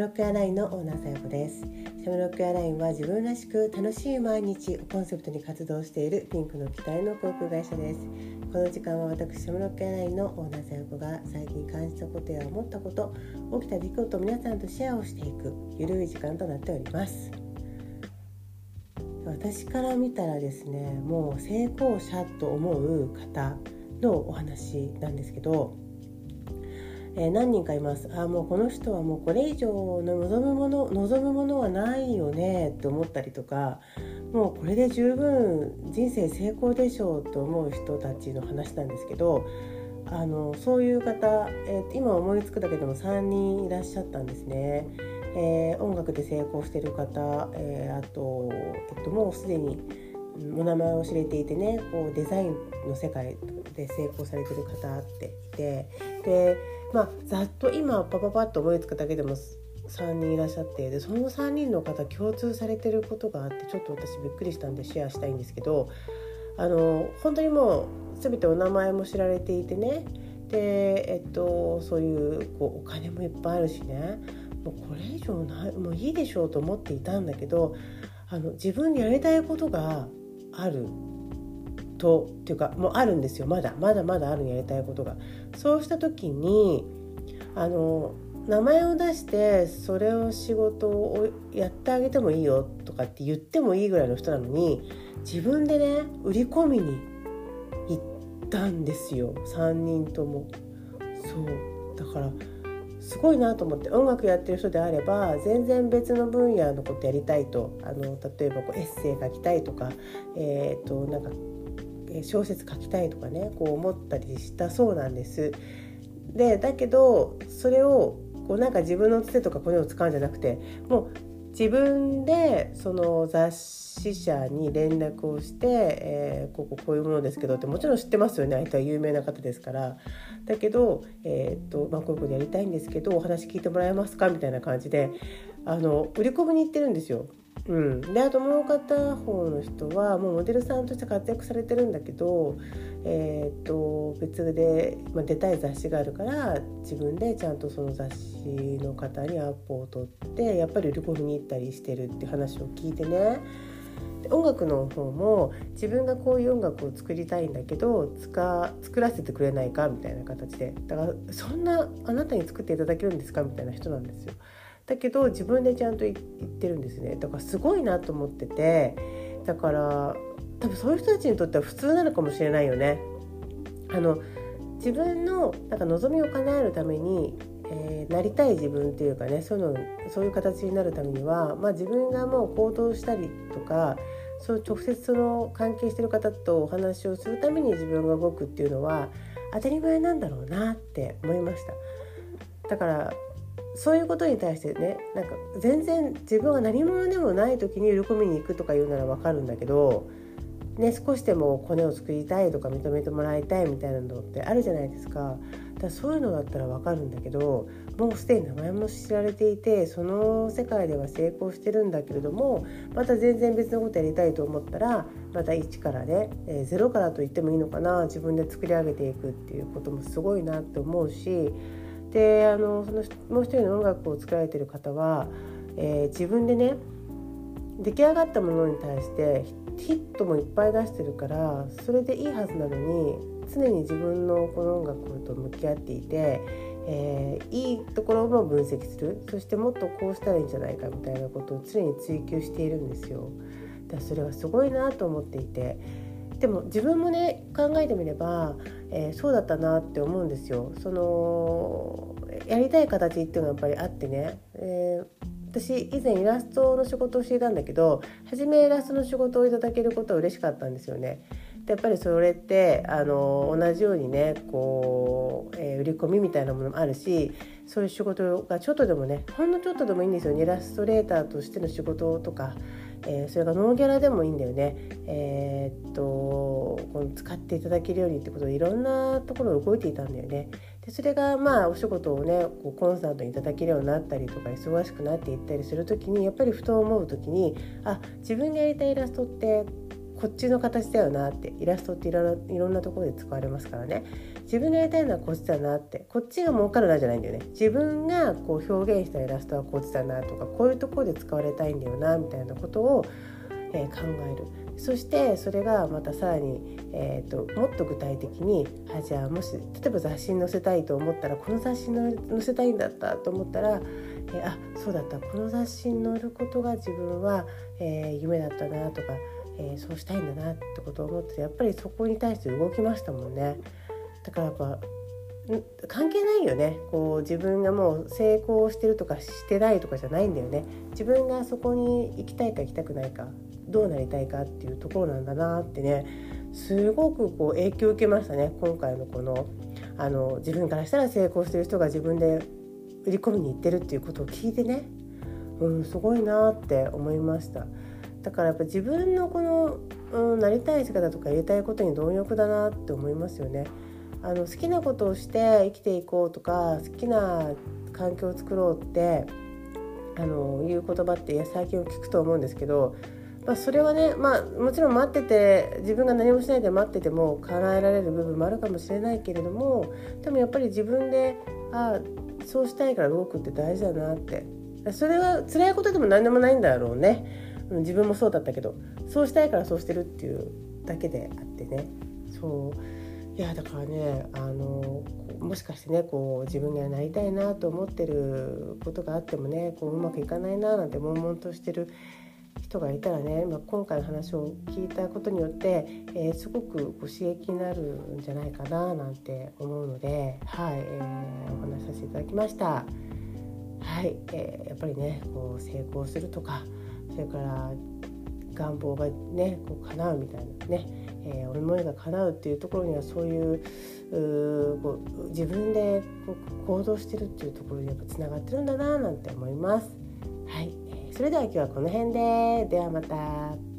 ロックエアラインのオーナーさやこです。シャムロックエアラインは自分らしく楽しい毎日をコンセプトに活動しているピンクの機体の航空会社です。この時間は私シャムロックエアラインのオーナーさやこが最近感じたことや思ったこと、起きた出来事を皆さんとシェアをしていくゆるい時間となっております。私から見たらですね、もう成功者と思う方のお話なんですけど、何人かいます。もうこの人はもうこれ以上の望むものはないよねって思ったりとか、もうこれで十分人生成功でしょうと思う人たちの話なんですけど、そういう方、今思いつくだけでも3人いらっしゃったんですね。音楽で成功している方、あと、もうすでにお名前を知れていてね、こうデザインの世界で成功されている方っていて、で、ざっと今パッと思いつくだけでも3人いらっしゃって、でその3人の方共通されていることがあって、ちょっと私びっくりしたんでシェアしたいんですけど、本当にもう全てお名前も知られていてね、で、そういう、お金もいっぱいあるしね、もうこれ以上ない、もういいでしょうと思っていたんだけど、自分にやりたいことがあるっていうか、もうあるんですよ。まだある、やりたいことが。そうした時に名前を出してそれを仕事をやってあげてもいいよとかって言ってもいいぐらいの人なのに、自分でね売り込みに行ったんですよ、3人とも。そうだからすごいなと思って。音楽やってる人であれば全然別の分野のことやりたいと、例えばエッセイ書きたいとか、なんか小説書きたいとかね、思ったりしたそうなんです。でだけどそれをなんか自分のつてとかコネを使うんじゃなくて、もう自分でその雑誌社に連絡をして、こういうものですけどって、もちろん知ってますよね、相手は有名な方ですから。だけど、こういうことやりたいんですけどお話聞いてもらえますかみたいな感じで売り込みに行ってるんですよ。であともう片方の人はもうモデルさんとして活躍されてるんだけど、別で、出たい雑誌があるから自分でちゃんとその雑誌の方にアポを取ってやっぱり売り込みに行ったりしてるって話を聞いてね、音楽の方も自分がこういう音楽を作りたいんだけど作らせてくれないかみたいな形で、だからそんなあなたに作っていただけるんですかみたいな人なんですよ。だけど自分でちゃんと言ってるんですね。だからすごいなと思ってて、だから多分そういう人たちにとっては普通なのかもしれないよね。自分の望みを叶えるために、なりたい自分っていうかね、そういう形になるためには、自分がもう行動したりとか、そう直接その関係している方とお話をするために自分が動くっていうのは当たり前なんだろうなって思いました。だからそういうことに対してね、全然自分が何者でもない時に売り込みに行くとか言うなら分かるんだけど、少しでもコネを作りたいとか認めてもらいたいみたいなのってあるじゃないですか。だからそういうのだったら分かるんだけど、もうすでに名前も知られていてその世界では成功してるんだけれども、また全然別のことやりたいと思ったらまた一からね、ゼロからと言ってもいいのかな、自分で作り上げていくっていうこともすごいなって思うし、でもう一人の音楽を作られている方は、自分でね出来上がったものに対してヒットもいっぱい出してるから、それでいいはずなのに常に自分のこの音楽と向き合っていて、いいところも分析する、そしてもっとこうしたらいいんじゃないかみたいなことを常に追求しているんですよ。だからそれはすごいなと思っていて、でも自分もね考えてみれば、そうだったなって思うんですよ。そのやりたい形っていうのはやっぱりあってね、私以前イラストの仕事をしていたんだけど、初めイラストの仕事をいただけることは嬉しかったんですよね。でやっぱりそれって同じようにね売り込みみたいなものもあるし、そういう仕事がちょっとでもね、ほんのちょっとでもいいんですよね。イラストレーターとしての仕事とか、それがノーギャラでもいいんだよね。この使っていただけるようにってことでいろんなところ動いていたんだよね。でそれがお仕事をねコンサートにいただけるようになったりとか忙しくなっていったりするときに、やっぱりふと思うときに、自分がやりたいイラストってこっちの形だよなって、イラストっていろんなところで使われますからね。自分がやりたいのはこっちだなって、こっちが儲かるなじゃないんだよね。自分がこう表現したイラストはこっちだなとか、こういうところで使われたいんだよなみたいなことを、考える。そしてそれがまたさらに、もっと具体的にじゃあもし例えば雑誌に載せたいと思ったら、この雑誌に載せたいんだったと思ったら、そうだった、この雑誌に載ることが自分は、夢だったなとか、そうしたいんだなってことを思って、やっぱりそこに対して動きましたもんね。だからやっぱ関係ないよね。こう自分がもう成功してるとかしてないとかじゃないんだよね。自分がそこに行きたいか行きたくないか、どうなりたいかっていうところなんだなってね、すごくこう影響を受けましたね。今回のこの自分からしたら成功してる人が自分で売り込みに行ってるっていうことを聞いてね、すごいなって思いました。だからやっぱ自分のこの、なりたい姿とかやりたいことに貪欲だなって思いますよね。好きなことをして生きていこうとか、好きな環境を作ろうっていう言葉って最近聞くと思うんですけど、それはね、もちろん待ってて、自分が何もしないで待ってても叶えられる部分もあるかもしれないけれども、でもやっぱり自分でそうしたいから動くって大事だなって。それは辛いことでも何でもないんだろうね。自分もそうだったけど、そうしたいからそうしてるっていうだけであってね。いやだからね、もしかしてね、こう自分がなりたいなと思ってることがあってもね、うまくいかないななんて悶々としてる人がいたらね、今回の話を聞いたことによって、すごく刺激になるんじゃないかななんて思うので、お話しさせていただきました。やっぱりね、こう成功するとか、それから願望がね叶うみたいなね、思いが叶うっていうところには、そういう自分で行動してるっていうところにやっぱつながってるんだななんて思います。それでは今日はこの辺で、ではまた。